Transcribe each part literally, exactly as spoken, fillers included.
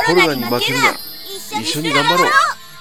コロナに負けるな。一緒に頑張ろう。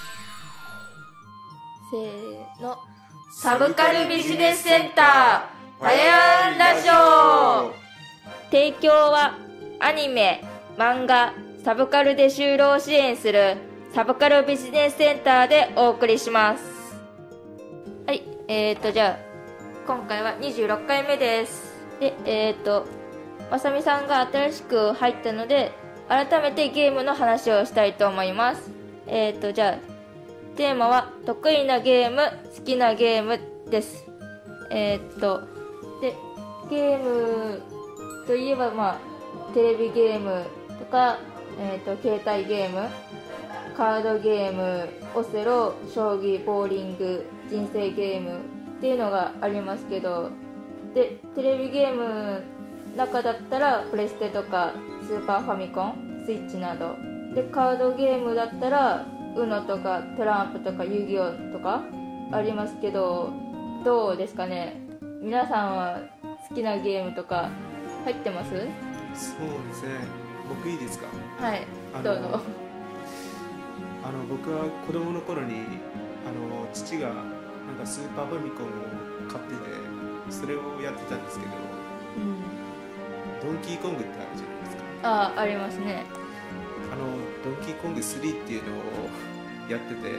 せーの、サブカルビジネスセンターパヤンラジオ。提供はアニメ、漫画、サブカルで就労支援するサブカルビジネスセンターでお送りします。はい、えーとじゃあ今回はにじゅうろっかいめです。で、えーとまさみさんが新しく入ったので改めてゲームの話をしたいと思います。えーとじゃあテーマは得意なゲーム、好きなゲームです。えーとでゲームといえば、まあテレビゲームとか、えーと携帯ゲーム、カードゲーム、オセロ、将棋、ボーリング、人生ゲームっていうのがありますけど、でテレビゲームの中だったらプレステとかスーパーファミコン、スイッチなどで、カードゲームだったらウノとかトランプとか遊戯王とかありますけど、どうですかね、皆さんは好きなゲームとか入ってます？ そうですね、僕いいですか？ はい、 あのどうぞ。 あの僕は子供の頃にあの父がなんかスーパーファミコンを買っててそれをやってたんですけど、 うん、 ドンキーコングってあるじゃないですか。 ああ、ありますね。 あのドンキーコングスリーっていうのをやってて、 うん、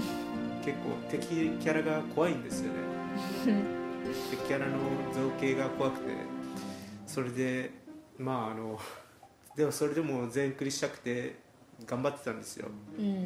結構敵キャラが怖いんですよね。敵キャラの造形が怖くて、それでまああのでもそれでも全クリしたくて頑張ってたんですよ。 うん、 うん、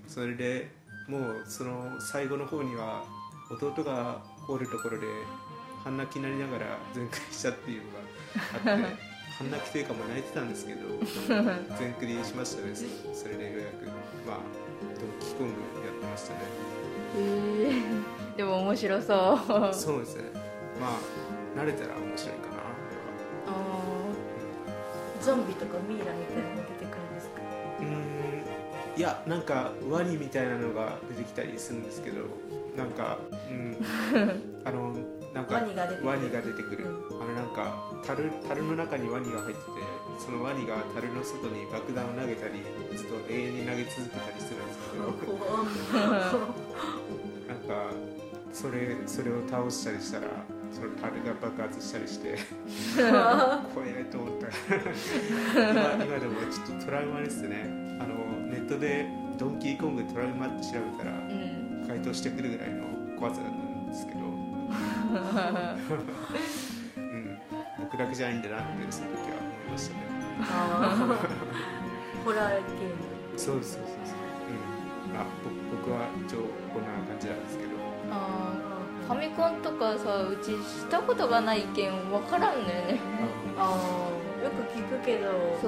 それでもうその最後の方には弟がおるところで半泣きになりながら全クリしたっていうのがあって半泣きというかもう泣いてたんですけど全クリしましたね。それでようやくまあドンキーコングやってましたね。 へえ、でも面白そう。 そうですね、まあ慣れたら面白いかな。 あー、ゾンビとかミイラみたいなの出てくるんですか？ うーん、いや、なんかワニみたいなのが出てきたりするんですけど、なんか、うん、あのなんかワニが出てくるワニが出てくる、うん、あのなんか樽樽の中にワニが入ってて、そのワニが樽の外に爆弾を投げたりずっと永遠に投げ続けたりするんですけどなんかそれそれを倒したりしたらその樽が爆発したりして怖いと思った今, 今でもちょっとトラウマですね。あのネットでドンキーコングトラウマって調べたら、うん、回答してくるぐらいの怖さなんですけどうん、僕だけじゃないんだなってその時は思いましたね。 あホラーゲーム。 そうそうそうそう、うん、あ僕は一応こんな感じなんですけど。 あファミコンとかさ、うちしたことがないけん分からんのよね。 ああ、よく聞くけど。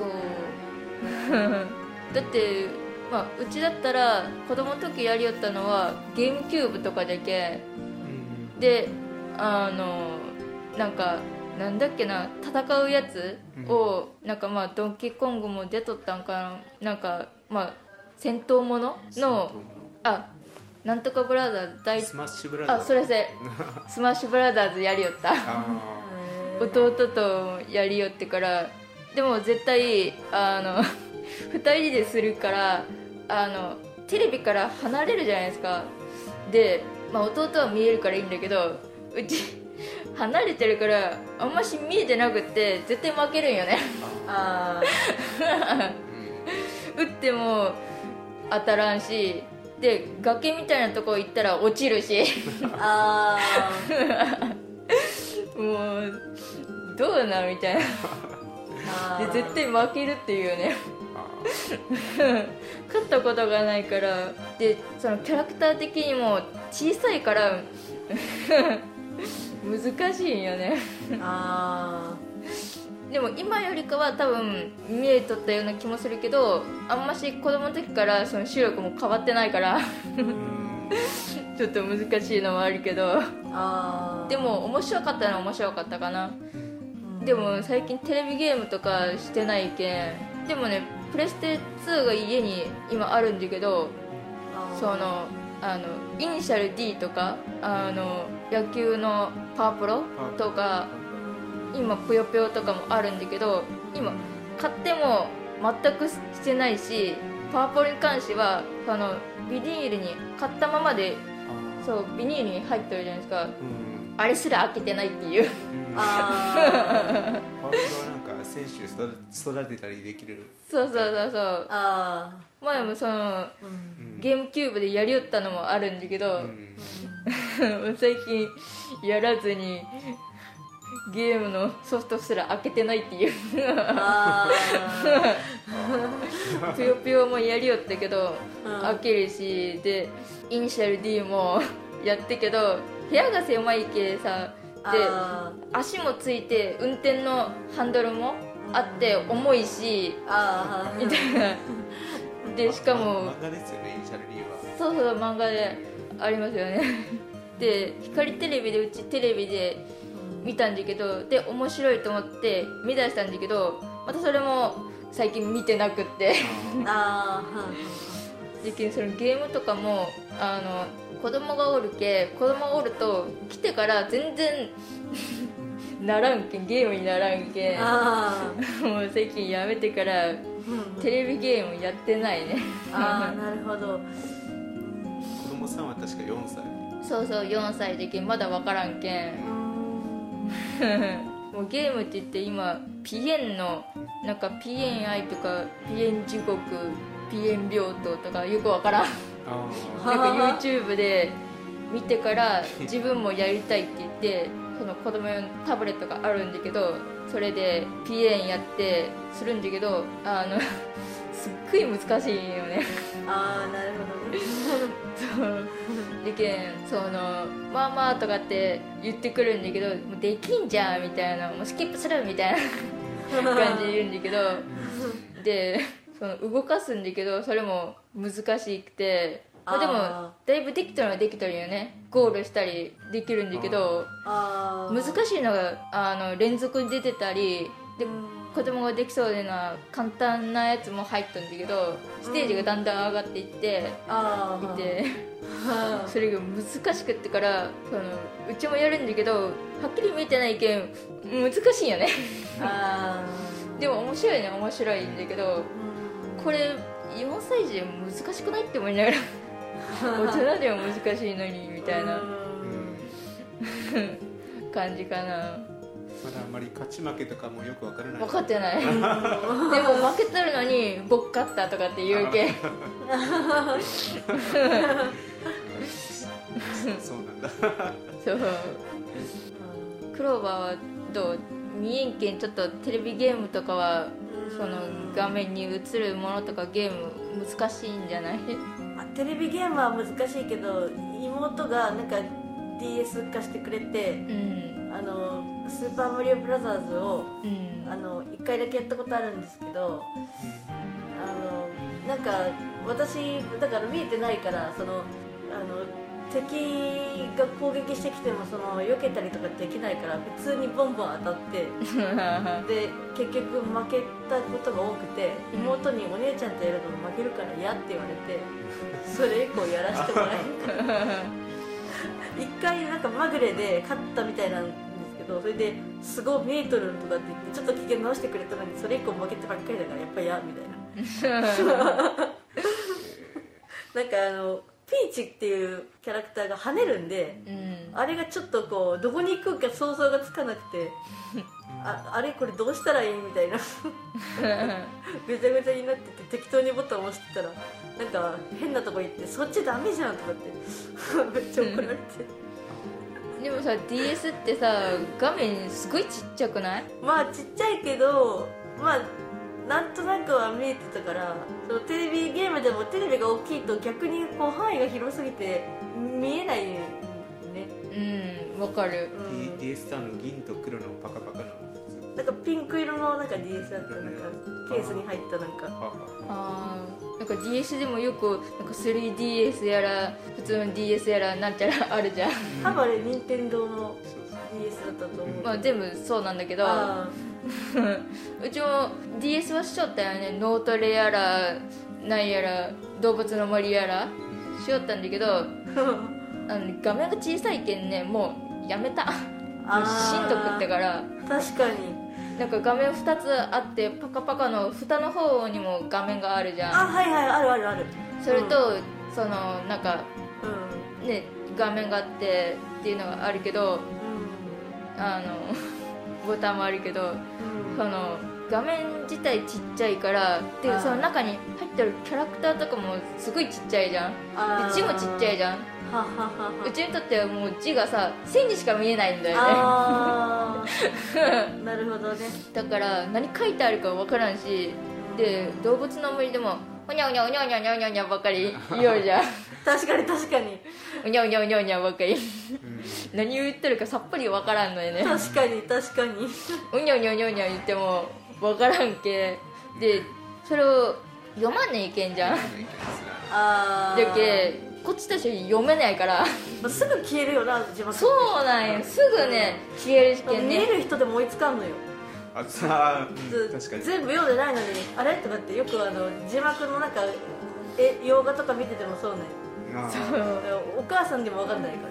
そうだって、まあ、うちだったら子供の時やりよったのはゲームキューブとかだけ、うん、であのなんかなんだっけな、戦うやつを、うん、なんかまあドンキーコングも出とったんかな、なんかまあ戦闘もののあなんとかブラザーズ大スマッシュブラザーズ、 あそれそれスマッシュブラザーズやりよった弟とやりよってから、でも絶対あのふたりでするからあのテレビから離れるじゃないですか。で、まあ、弟は見えるからいいんだけど、うち離れてるからあんまし見えてなくって絶対負けるんよね。あ打っても当たらんし、で崖みたいなとこ行ったら落ちるしあもうどうなみたいなで絶対負けるっていうよね勝ったことがないから。でそのキャラクター的にも小さいから難しいんよねあでも今よりかは多分見えとったような気もするけど、あんまし子供の時からその視力も変わってないからちょっと難しいのもあるけど、あでも面白かったのは面白かったかな。でも最近テレビゲームとかしてないけん、でもねプレステツーが家に今あるんだけど、そのあのイニシャル D とかあの野球のパワープロとか今ぷよぷよとかもあるんだけど、今買っても全くしてないし、パワポに関してはあのビニールに買ったままで、そうビニールに入ってるじゃないですか、うん、あれすら開けてないっていう、うん、 あパワポはなんか選手育てたりできる。 そうそうそうそう。あ前もその、うん、ゲームキューブでやりよったのもあるんだけど、うん、最近やらずにゲームのソフトすら開けてないっていうあぷよぷよもやりよったけど、うん、開けるし、でイニシャル D もやってけど部屋が狭いけさ、で足もついて運転のハンドルもあって重いし、あみたいなでしかも漫画ですよね、イニシャル D は。 そうそう漫画でありますよねで光テレビでうちテレビで見たんだけど、で面白いと思って見出したんだけど、またそれも最近見てなくってあでそのゲームとかもあの子供がおるけ子供がおると来てから全然ならんけん、ゲームにならんけんもう最近やめてからテレビゲームやってないねああなるほど。 子供さんは確かよんさい。 そうそうよんさいでけんまだ分からんけんもうゲームって言って今ピエンのなんかピエン愛とかピエン地獄ピエン病棟とかよくわからんなんか YouTube で見てから自分もやりたいって言ってその子供用のタブレットがあるんだけど、それでピエンやってするんだけど、あのすっごい難しいよねああなるほどねそうでけんそのまあまあとかって言ってくるんだけど、もうできんじゃんみたいな、もうスキップするみたいな感じで言うんだけどでその動かすんだけどそれも難しくて、まあ、でもだいぶできたのはできたるよね。ゴールしたりできるんだけど、難しいのがあの連続に出てたりで、子供ができそうでな簡単なやつも入ったんだけど、ステージがだんだん上がっていっていてそれが難しくってからそのうちもやるんだけどはっきり見てないけん難しいよねあでも面白いね、面白いんだけど、これよんさい児で難しくないって思いながら大人では難しいのにみたいな感じかな。 まだあんまり勝ち負けとかもよく分からない。 分かってないでも負けてるのに僕勝ったとかって言うけそうなんだそうクローバーはどう？見えんけんちょっとテレビゲームとかはその画面に映るものとかゲーム難しいんじゃない？ テレビゲームは難しいけど妹がなんか ディーエス 化してくれて、うん、あのスーパーマリオブラザーズを、うん、あのいっかいだけやったことあるんですけど、あのなんか私だから見えてないからそのあの敵が攻撃してきてもその避けたりとかできないから普通にボンボン当たってで結局負けたことが多くて、妹にお姉ちゃんとやるの負けるから嫌って言われてそれ以降やらせてもらえるから一回なんかまぐれで勝ったみたいなんですけど、それですごいメートルとかって言ってちょっと機嫌直してくれたのにそれ以降負けてばっかりだからやっぱ嫌みたいななんかあのピーチっていうキャラクターが跳ねるんで、うん、あれがちょっとこうどこに行くか想像がつかなくてあ, あれこれどうしたらいいみたいなぐちゃぐちゃになってて適当にボタンを押してたらなんか変なとこ行ってそっちダメじゃんとかってめっちゃ怒られてでもさ ディーエス ってさ画面すごいちっちゃくない？ まあちっちゃいけどまあなんとなくは見えてたから、そのテレビゲームでもテレビが大きいと逆にこう範囲が広すぎて見えないね。 うん、わかる、 うん、ディーエス とあの銀と黒のパカパカのなんかピンク色のなんか ディーエス だったなんかケースに入ったなんかあーなんか ディーエス でもよくなんか スリーディーエス やら普通の ディーエス やらなんちゃらあるじゃん多分あれ任天堂の ディーエス だったと思う、 まあ全部そうなんだけどうちも ディーエス はしちゃったよね。脳トレやらなんやら動物の森やらしよったんだけどあの画面が小さいけんねもうやめたしんどくってから確かになんか画面ふたつあってパカパカの蓋の方にも画面があるじゃん。 あ、はいはい、あるあるある。 それと、うん、そのなんか、 うん、 ね、画面があってっていうのがあるけど、うん、あのボタンもあるけど、うん、その画面自体ちっちゃいからでその中に入ってるキャラクターとかもすごいちっちゃいじゃん。で字もちっちゃいじゃん。ははははうちにとってはもう字がさ線にしか見えないんだよね。 あなるほどね。 だから何書いてあるか分からんし、で動物の森でもおにゃおにゃおにゃおにゃおにゃおにゃおにゃばっかり言うじゃん。 確かに確かにおにゃおにゃおにゃおにゃばっかり何を言ってるかさっぱり分からんのよね。 確かに確かにおにゃおにゃおにゃおにゃ言っても分からんけでそれを読まんねいけんじゃん。 あだけこっちとして読めないからすぐ消えるよな字幕。 そうなんよ、すぐね消えるしけんね。 見える人でも追いつかんのよ。 あさあ、うん、確かに全部読んでないのにあれとかってよくあの字幕の中え洋画とか見ててもそうね。そうお母さんでも分かんないから。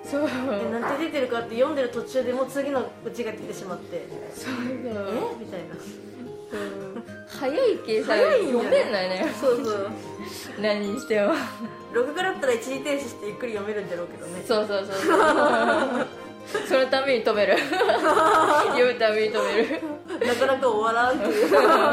そうえなんて出てるかって読んでる途中でもう次の字が出てしまってそうそうえみたいな。 早い計算読めんのよね。 そうそう何にしても録画だったら一時停止してゆっくり読めるんだろうけどね。 そうそうそうそうそのために止める読むために止めるなかなか終わらんっていう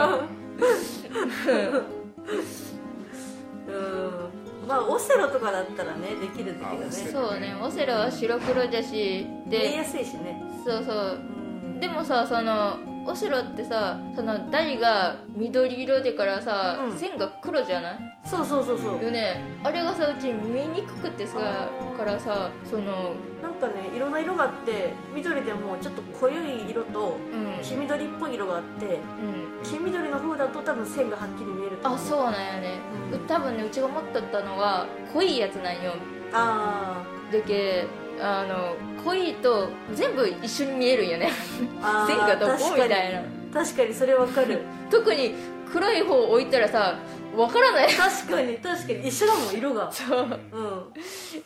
うんまあオセロとかだったらねできるんだけどね。 そうね、オセロは白黒じゃしで見えやすいしね。 そうそう、うん、でもさそのオセロってさその台が緑色でからさ、うん、線が黒じゃない。 そうそうそうそうよね。あれがさうち見にくくてさからさそのなんかねいろんな色があって緑でもちょっと濃い色と黄緑っぽい色があって、うん、黄緑の方だと多分線がはっきり見えると思う。 あ、そうなんやね、うん、多分ねうちが持っとったのは濃いやつなんよ。ああだけあの濃いと全部一緒に見えるんよね線がどこみたいな。 確かにそれわかる特に黒い方置いたらさわからない。 確かに確かに一緒だもん色がそう、うん、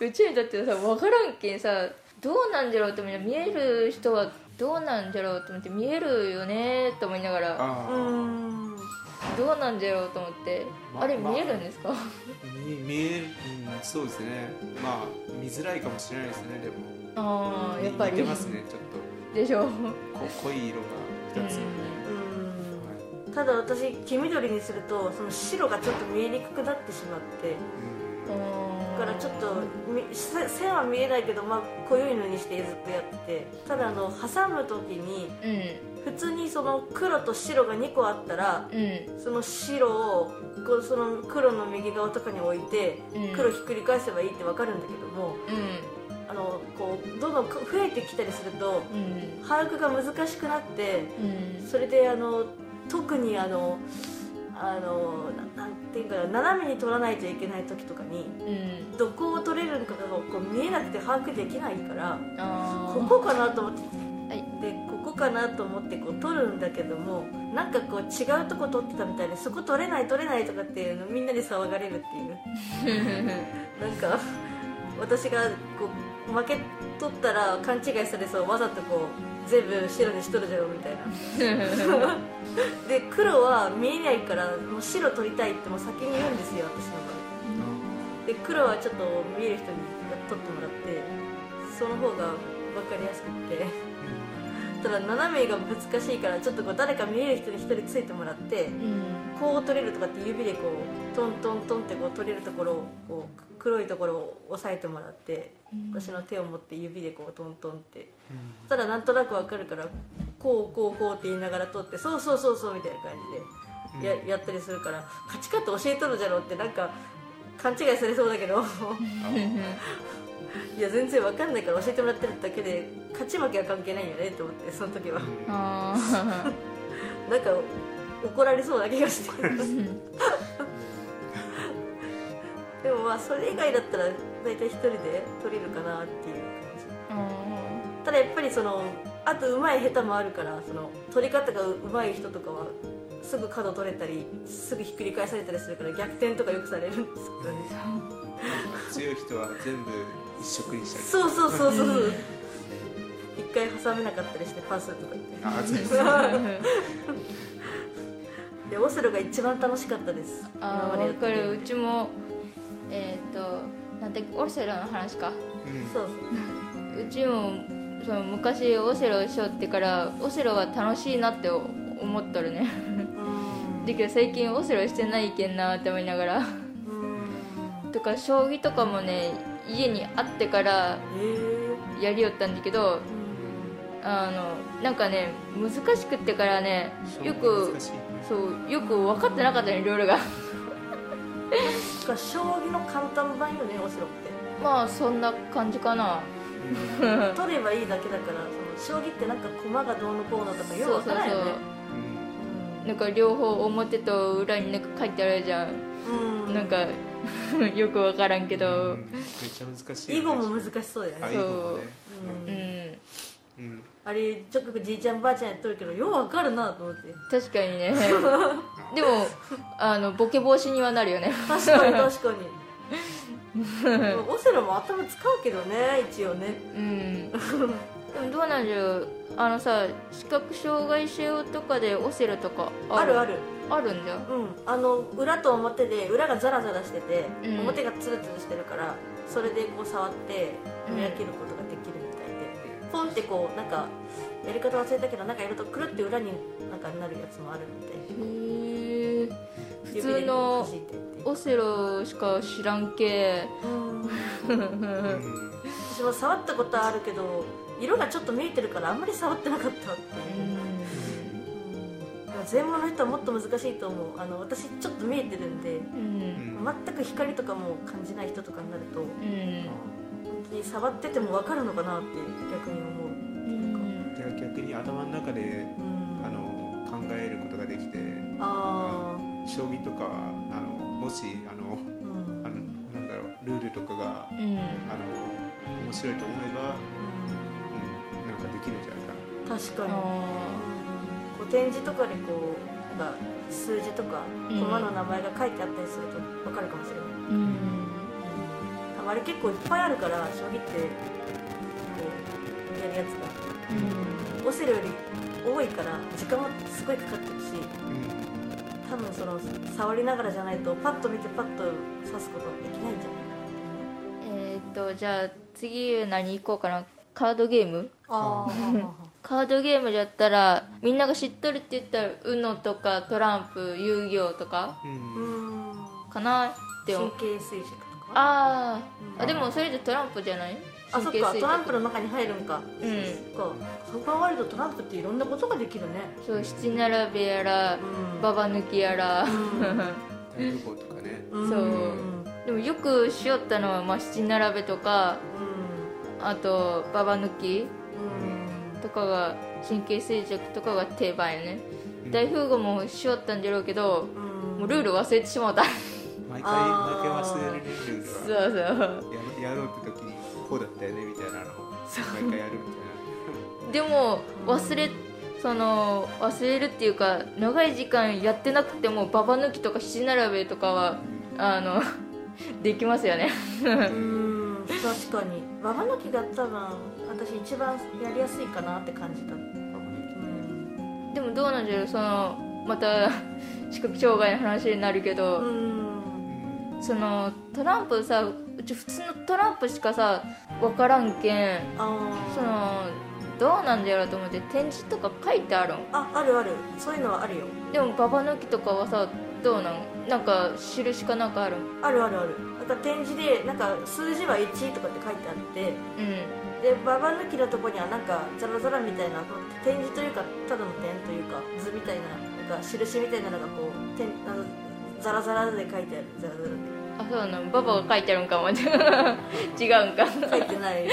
うちにとってさわからんけんさどうなんじゃろうって思って見える人はどうなんじゃろうと思って見えるよねと思いながらうんどうなんじゃろうと思って、ま、あれ見えるんですか、まあ、 見, 見える、うん、そうですね。まあ見づらいかもしれないですね。でもああやっぱり似てますねちょっとでしょ。 濃い色がふたつ、うんうん、ただ私黄緑にするとその白がちょっと見えにくくなってしまって、うん、だからちょっと線は見えないけど、まあ、濃いのにしてずっとやっててただあの挟む時に、うん、普通にその黒と白がにこあったら、うん、その白をこうその黒の右側とかに置いて、うん、黒ひっくり返せばいいって分かるんだけども、うん、あのこうどんどん増えてきたりすると、うん、把握が難しくなって、うん、それであの特にあのあの な, なんていうかな斜めに取らないといけない時とかに、うん、どこを取れるのかがこう見えなくて把握できないからここかなと思って、はい、でここかなと思ってこう取るんだけどもなんかこう違うとこ取ってたみたいでそこ取れない取れないとかっていうのみんなで騒がれるっていうなんか私がこう負け取ったら勘違いされそうわざとこう全部白にしとるじゃろみたいなで黒は見えないからもう白取りたいってもう先に言うんですよ私の場合で黒はちょっと見える人に取ってもらってその方が分かりやすくってただ斜めが難しいからちょっとこう誰か見える人に一人ついてもらって、うん、こう取れるとかって指でこうトントントンってこう取れるところをこう黒いところを押さえてもらって、うん、私の手を持って指でこうトントンって、うん、そしたらなんとなく分かるからこうこうこうって言いながら取ってそうそうそうそうみたいな感じで や,、うん、やったりするから勝ち方教えとるじゃろうってなんか勘違いされそうだけどいや全然分かんないから教えてもらってるだけで勝ち負けは関係ないよねと思ってその時はなんか怒られそうな気がしてでもまあそれ以外だったら大体一人で取れるかなっていう感じただやっぱりそのあと上手い下手もあるからその取り方が上手い人とかはすぐ角取れたりすぐひっくり返されたりするから逆転とかよくされるんですけどね強い人は全部一色にしたりそうそうそうそう一回挟めなかったりしてパスとか言ってあそうですでオセロが一番楽しかったです。 ああ分かる。うちもえっ、ー、となんてオセロの話か、 うん、 そうそううちもその昔オセロしよってからオセロは楽しいなって思っとるねだけど最近オセロしてないけんなって思いながらとか将棋とかもね家にあってからやりよったんだけど、あのなんかね難しくってからねよくそうよく分かってなかったねルールが将棋の簡単版よねオセロってまあそんな感じかな取ればいいだけだからその将棋ってなんか駒がどうのこうのとかよく分からないよね。 そうそうそうなんか両方表と裏になんか書いてあるじゃん、うん、なんかよく分からんけど、 うん、めっちゃ難しい、ね、 囲碁も難しそうだよね。 そう、 ね、 うん、 うん、 あれちょくじいちゃんばあちゃんやっとるけどよう分かるなと思って。 確かにねでもあのボケ防止にはなるよね確かに確かにオセロも頭使うけどね一応ね。うんでもどうなんだろうあのさ視覚障害者用とかでオセロとかあるあるあるんだよ。 うんあの裏と表で裏がザラザラしてて、うん、表がツルツルしてるからそれでこう触って見分けることができるみたいで、うん、ポンってこうなんかやり方忘れたけどなんかやるとくるって裏になんかなるやつもあるみたい。 へえ普通のオセロしか知らんけ私も触ったことあるけど色がちょっと見えてるからあんまり触ってなかったっていう。全盲の人はもっと難しいと思う。あの私ちょっと見えてるんで、うん、全く光とかも感じない人とかになると、うん、本当に触ってても分かるのかなって逆に思う、うん、 じゃあ逆に頭の中で、うん、あの考えることができてあ将棋とかあのもしあの、うん、あのなんだろうルールとかが、うん、あの面白いと思えば、うんうん、なんかできるんじゃないかな。 確かにこう展示とかでこうなんか数字とか駒の名前が書いてあったりすると分かるかもしれない、うんうん、あれ結構いっぱいあるから将棋ってこうやるやつが、うん、オセロより多いから時間もすごいかかってるし、多分その触りながらじゃないとパッと見てパッと指すことはできないんじゃないかな。 えーっとじゃあ次何行こうかな。カードゲーム。あカードゲームだったらみんなが知っとるって言ったら ウノ とかトランプ遊戯王とか、うん、かなって思う。 神経衰弱とかあ、うん、あでもそれじゃトランプじゃない。 あそっかトランプの中に入るんか。うんそっかそう考えるとトランプっていろんなことができるね。 そう七並べやら、うん、ババ抜きやら、うん、 タイルボーとかね。 そう、うん、でもよくしよったのは、まあ、七並べとか、うん、あとババ抜き、うん、とかが神経衰弱とかが定番よね、うん、大富豪もしよったんじゃろうけど、うん、もうルール忘れてしまった毎回毎回忘れるルールがそうそうや, やろうって時にこうだったよねみたいなのを毎回やるみたいなでも忘れその忘れるっていうか長い時間やってなくてもババ抜きとか七並べとかはあのできますよねうん確かにババ抜きが多分私一番やりやすいかなって感じた、うん、 でもどうなんじゃろうそのまた視覚障害の話になるけど、うん、そのトランプさうち普通のトランプしかさ分からんけんそのどうなんだろうと思って展示とか書いてあるんああるあるそういうのはあるよ。 でもババ抜きとかはさどうなんなんか印かなんかあるんあるあるあるなんか展示でなんか数字はいちとかって書いてあって、うん、でババ抜きのとこにはなんかザラザラみたいな展示というかただの点というか図みたいななんか印みたいなのがこう点あのザラザラで書いてあるザラザラであそうなのババが書いてあるんかも違うんか書いてない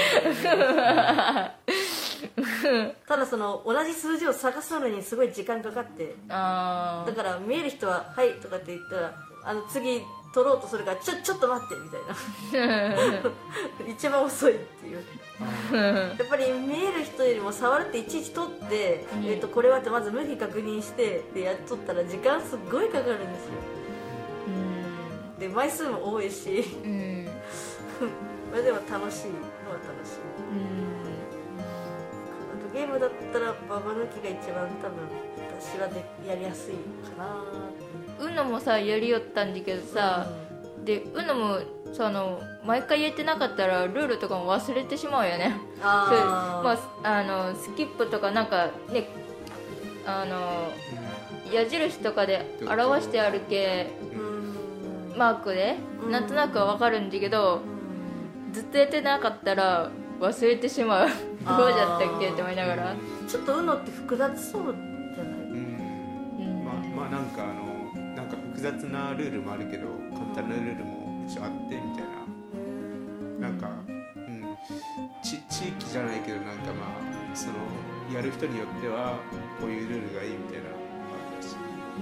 ただその同じ数字を探すのにすごい時間かかってあだから見える人は「はい」とかって言ったらあの次取ろうとするから「ちょちょっと待って」みたいな一番遅いっていうやっぱり見える人よりも触るっていちいち取って、うんえー、とこれはってまず向き確認してでやっとったら時間すっごいかかるんですよ、うん、で枚数も多いし、うん、まあでも楽しいのは楽しい、うんゲームだったらババ抜きが一番多分私はでやりやすいかな。 うのもさやりよったんだけどさ、うん、でうのもその毎回言えてなかったらルールとかも忘れてしまうよね。あ、まあ、あのスキップとかなんかね、あの矢印とかで表してあるけ、うん、マークでなんとなくは分かるんだけど、うん、ずっとやってなかったら忘れてしまう。どうじゃったっけって思いながら、 ちょっとうのって複雑そうじゃない？うんうん、まあ、まあなんかあのなんか複雑なルールもあるけど簡単なルールも一応あってみたいな、なんか、うん、ち地域じゃないけどなんかまあそのやる人によってはこういうルールがいいみたいなのあったし。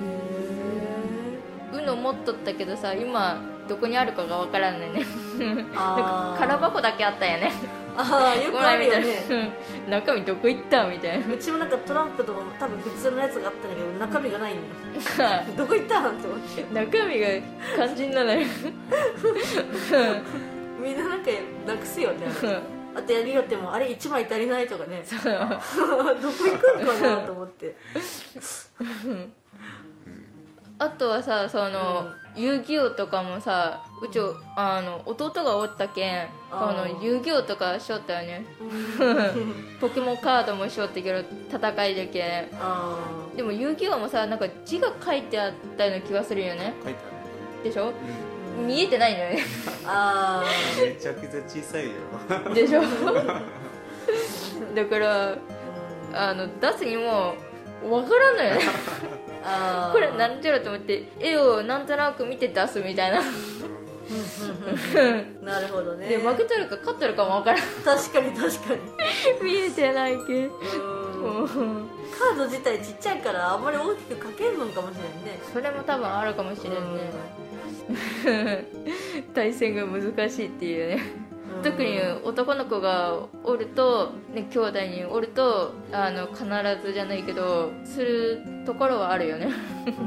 へー、うの持っとったけどさ今どこにあるかがわからんねんね。なんか空箱だけあったよね。 ああ、よくあるよね。 中身どこ行ったみたいな。 うちもなんかトランプとかも多分普通のやつがあったんだけど中身がないんだよ。どこ行ったんって思って。 中身が肝心なのよ。 みんななんかなくすよね。あとやりよってもあれいちまい足りないとかね。どこ行くんかなと思って。 あとはさ、その、うん、遊戯王とかもさ、うちあの弟がおったけん、あの遊戯王とかしよったよね。ポケモンカードもしよったけど戦いだけ。あ、でも遊戯王もさ、なんか字が書いてあったような気がするよね。 書いてあるでしょ、うん、見えてないのよね。あめちゃくちゃ小さいよ。 でしょ。だからあの出すにも分からんのよね。あ、これなんていうのと思って絵をなんとなく見て出すみたいな。 なるほどね。 で負けとるか勝ってるかも分からん。 確かに確かに。 見えてないけん。 カード自体ちっちゃいからあんまり大きく描けんのかもしれんね。 それも多分あるかもしれんね。対戦が難しいっていうね。特に男の子がおると、ね、兄弟におるとあの必ずじゃないけどするところはあるよね。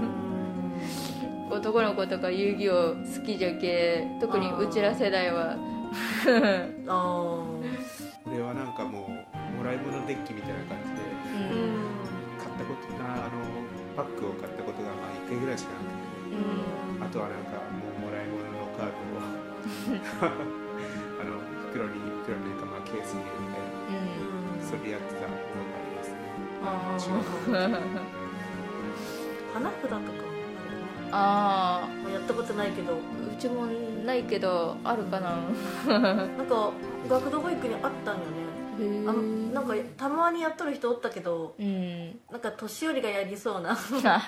男の子とか遊戯王好きじゃけ、特にうちら世代は。 あ俺はなんかもうもらい物デッキみたいな感じで、うん、買ったことなあのパックを買ったことがまあいっかいぐらいしかなくて、うん、あとはなんかもうもらい物のカードをあの袋に袋にかまあケースに入れて、うん、それやってたのがありますね。あ花札とかああ、 やったことないけど、うちもないけどあるかな。 なんか学童保育にあったんよね。あなんかたまにやっとる人おったけど、うん、なんか年寄りがやりそうな。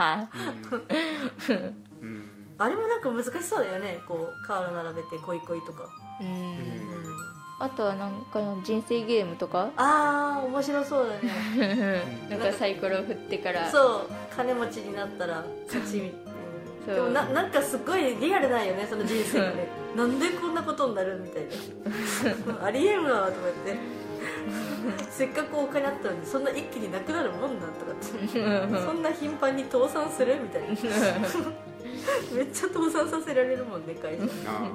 うん、あれもなんか難しそうだよね。こうカード並べて恋恋とか。うん、 あとはなんか人生ゲームとか。 ああ、面白そうだね。 なんかサイコロ振ってからそう金持ちになったら勝ちみたいな。でも な, なんかすごいリアルだよね、その人生がね。なんでこんなことになるみたいな。ありえんわと思って。せっかくお金あったのにそんな一気になくなるもんなんとかってそんな頻繁に倒産するみたいな。めっちゃ倒産させられるもんね、会社。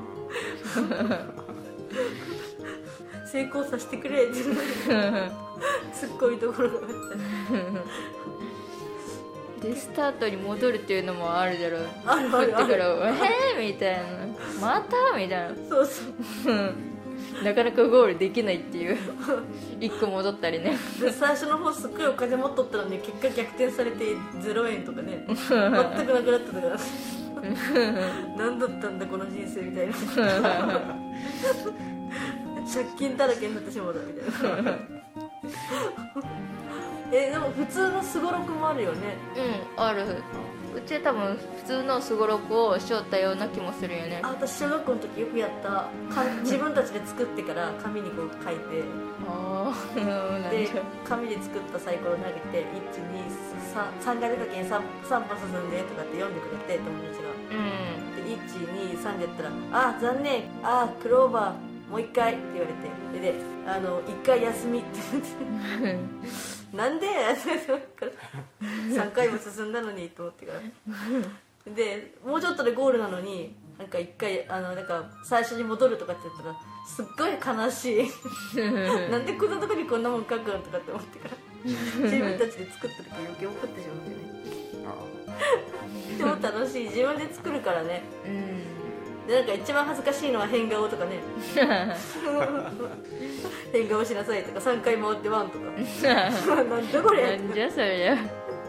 成功させてくれってすっごいところがあったでスタートに戻るっていうのもあるだろう。 あるあるある。 だから「えー!」みたいな「また?」みたいな。 そうそうなかなかゴールできないっていう一個戻ったりね。 で最初の方すっごいお金持っとったのに結果逆転されてゼロえんとかね。全くなくなったから何だったんだこの人生みたいな。借金だらけになってしまうだみたいな。えでも普通のすごろくもあるよね。 うん、ある。うちは多分普通のすごろくをしよったような気もするよね。 あ、私小学校の時よくやった。か自分たちで作ってから紙にこう書いて、あで紙で作ったサイコロ投げていちにさんが出たけん 3, 3歩進んでとかって読んでくれて友達が、うん、でいちにさんでやったら「あ残念、あクローバーもう一回」って言われて、でであのいっかい休みって言ってなんでさんかいも進んだのにと思ってからでもうちょっとでゴールなのになんかいっかいあのなんか最初に戻るとかって言ったらすっごい悲しい。なんでこんなとこにこんなもん書くのとかって思ってから自分たちで作った時余計怒ってしまうんだよね。 あでも楽しい、自分で作るからね。 うんでなんか一番恥ずかしいのは変顔とかね変顔しなさいとかさんかい回ってワンとかなんだこれなんじゃそりゃ。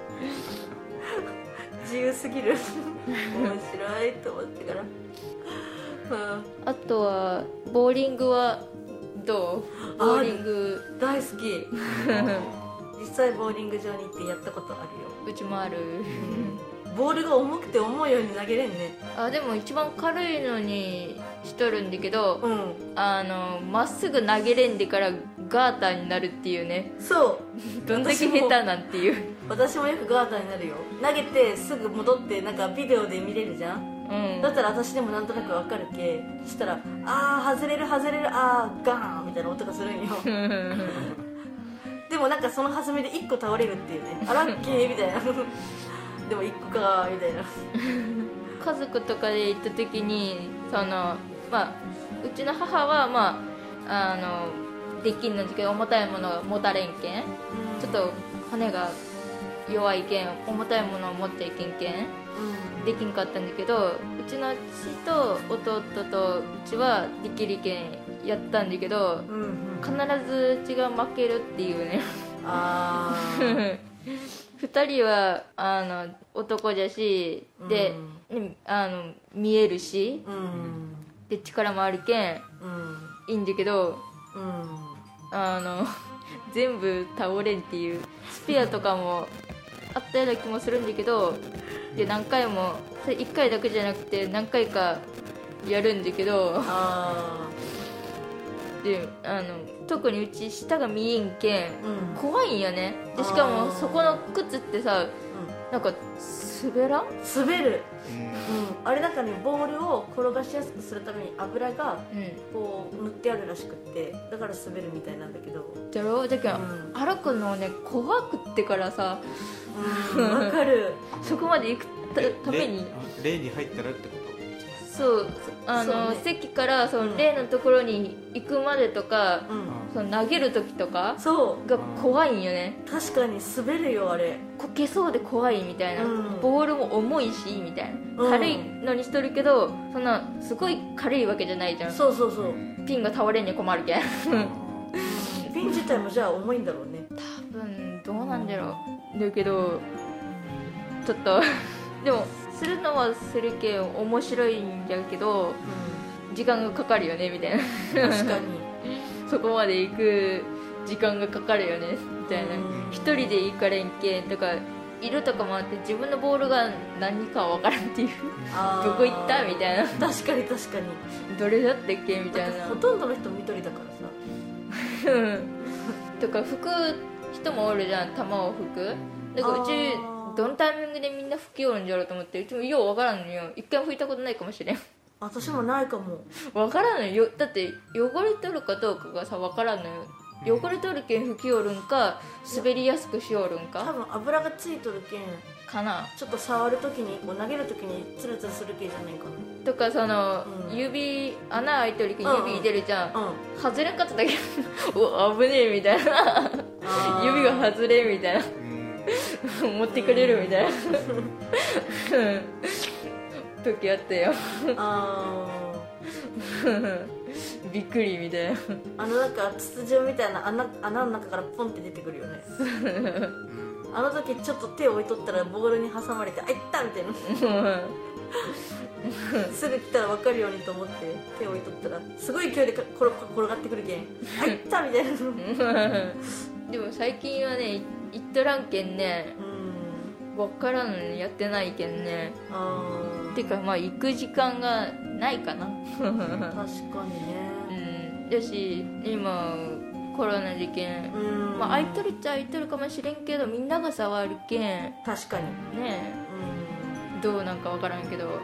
自由すぎる面白いと思ってから、うん、 あとはボーリングはどう？ボーリング大好き実際ボーリング場に行ってやったことあるよ。 うちもある。 ボールが重くて思うように投げれんね。 あでも一番軽いのにしとるんだけど、 うんあのまっすぐ投げれんでからガーターになるっていうね。 そうどんだけ下手なんていう。 私もよくガーターになるよ。投げてすぐ戻ってなんかビデオで見れるじゃん、 うんだったら私でもなんとなくわかるけ。そしたらあー外れる外れるあーガーンみたいな音がするんよでもなんかその弾みでいっこ倒れるっていうね。あラッキーみたいなでもいっこかーみたいな家族とかで行った時にそのまあうちの母はまああのできんのんだけど重たいものが持たれんけん、ちょっと骨が弱いけん重たいものを持っちゃいけんけんできんかったんだけど、うちの父と弟とうちはできるけんやったんだけど、 うんうん必ずうちが負けるっていうねあーふたりはあの男じゃしで、ね、あの見えるしうんで力もあるけんうんいいんだけど、 うんあの全部倒れんっていうスペアとかもあったような気もするんだけど、で何回もそれいっかいだけじゃなくて何回かやるんだけど、 あであの特にうち下が見えんけんーうん怖いんよね。でしかもそこの靴ってさなんか滑らん、 滑る、 うんうん、あれなんかねボールを転がしやすくするために油がうんこう塗ってあるらしくってだから滑るみたいなんだけどだろだけど、 うん歩くのね怖くってからさうんわかるそこまで行くたために例例に入ったらってこと？ そうあのそうね席からそうんの例のところに行くまでとか、 うんその投げる時とかそうが怖いんよね。 確かに滑るよあれこけそうで怖いみたいな、 うんボールも重いしみたいな、 うん軽いのにしとるけどそんなすごい軽いわけじゃないじゃん。 そうそうそうピンが倒れんに困るけんピン自体もじゃあ重いんだろうね多分どうなんだろうだけどちょっとでもするのはするけん面白いんだけど時間がかかるよねみたいな確かにそこまで行く時間がかかるよねみたいなうん一人で行かれんけんとか色とかもあって自分のボールが何かわからんっていうあーどこ行ったみたいな確かに確かにどれだったっけみたいなだってほとんどの人緑だからさうんとか吹く人もおるじゃん球を吹くだからうちあーどのタイミングでみんな吹きおるんじゃろうと思ってうちもようわからんのよ。一回も吹いたことないかもしれん私もないかもわからんのよ。だって汚れとるかどうかがさわからんのよ。汚れとるけん吹きおるんか滑りやすくしおるん多か分油がついとるけんかなちょっと触るときにこう投げるときにツルツルする系じゃないかとかその、 うん指穴開いてるけんうんうん指出るじゃん、 な外れんかっただけお危ねえみたいなうん指が外れみたいなうん持ってくれるみたいな時あったよあびっくりみたいなーあのなんか筒状みたいな穴穴の中からポンって出てくるよねあの時ちょっと手を置いとったらボールに挟まれてあいったみたいなすぐ来たら分かるようにと思って手を置いとったらすごい勢いでか転転がってくるけんあいったみたいなでも最近はね行っとらんけんねうん分からんのにやってないけんねあてかまあ行く時間がないかなー確かにねうんだし今コロナ事件うんまあ空いとるっちゃ空いとるかもしれんけどみんなが触るけん確かにねうんどうなんか分からんけど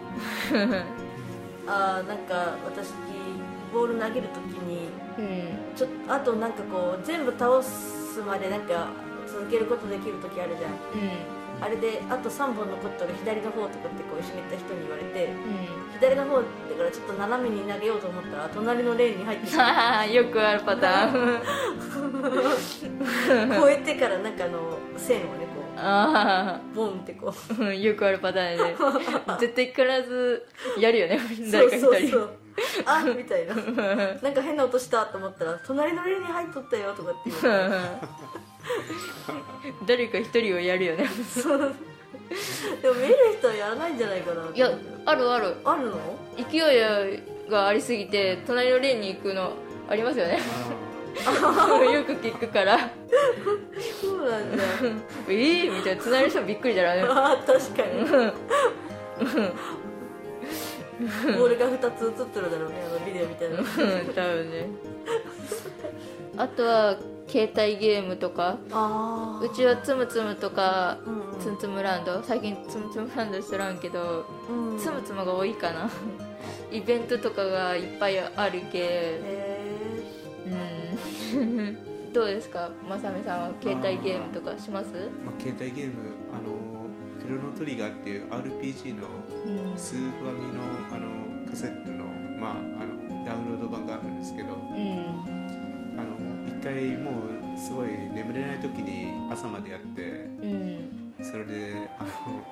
あーなんか私ボール投げるときにうんちょあとなんかこう全部倒すまでなんか続けることできるときあるじゃんうあれであとさんぼん残っとる左の方とかってこう一緒に行った人に言われてんうん左の方だからちょっと斜めに投げようと思ったら隣のレーンに入ってきたよくあるパターン超えてからなんかあの線をねこあうボンってこうあよくあるパターンで、ね、絶対必ずやるよねそう誰か一人。 そうそうあみたいななんか変な音したと思ったら隣のレーンに入っとったよとかって言う誰か一人はやるよね。 でも見る人はやらないんじゃないかなといや思うけどあるある、 あるの勢いがありすぎて隣のレーンに行くのありますよね。よく聞くからそうなんだえーみたいな、隣の人もびっくりだよね。 あー確かにボールがふたつ映ってるだろうねあのビデオみたいなうん多分ね。あとは携帯ゲームとか、 あうちはつむつむとか、 うんうんつむつむランド、最近つむつむランド知らんけど、 うんつむつむが多いかな。イベントとかがいっぱいあるけ、 へうんどうですか、まさみさんは携帯ゲームとかします？ まあ、携帯ゲーム、あのクロノトリガーっていう アールピージー のうんスーファミのあのカセットの、まあ、あのダウンロード版があるんですけど、 うんあの一回もうすごい眠れない時に朝までやってうんそれであの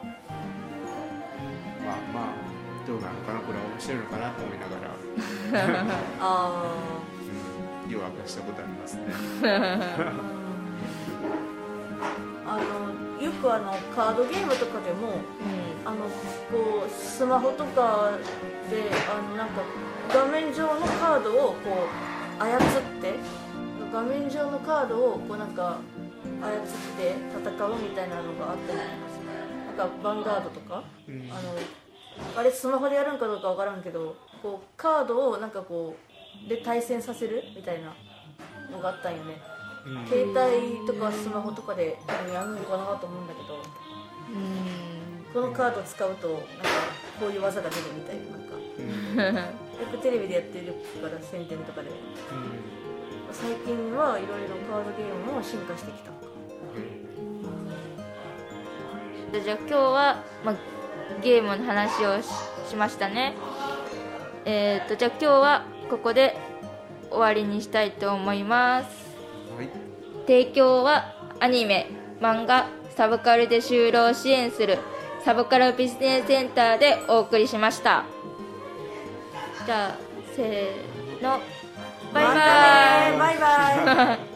まあまあどうなのかなこれは面白いのかなと思いながら、 ーあうん、夜明かしたことありますね。 ーあのよくあのカードゲームとかでもあのこうスマホとかであのなんか画面上のカードをこう操って画面上のカードをこうなんか操って戦うみたいなのがあったりします。なんかヴァンガードとか、 うんあのあれスマホでやるんかどうかわからんけどこうカードをなんかこうで対戦させるみたいなのがあったんよね。 うん携帯とかスマホとかで多分やるのかなと思うんだけど、 うんこのカードを使うとなんかこういう技が出るみたいな、なんかよくテレビでやってるから宣伝とかで最近はいろいろカードゲームも進化してきたのか。 じゃあ今日は、まあ、ゲームの話を し, しましたね。えー、とじゃあ今日はここで終わりにしたいと思います。 はい、 提供はアニメ、漫画、サブカルで就労を支援するサブカルビジネスセンターでお送りしました。じゃあせーの、バイバイ。 バイバイ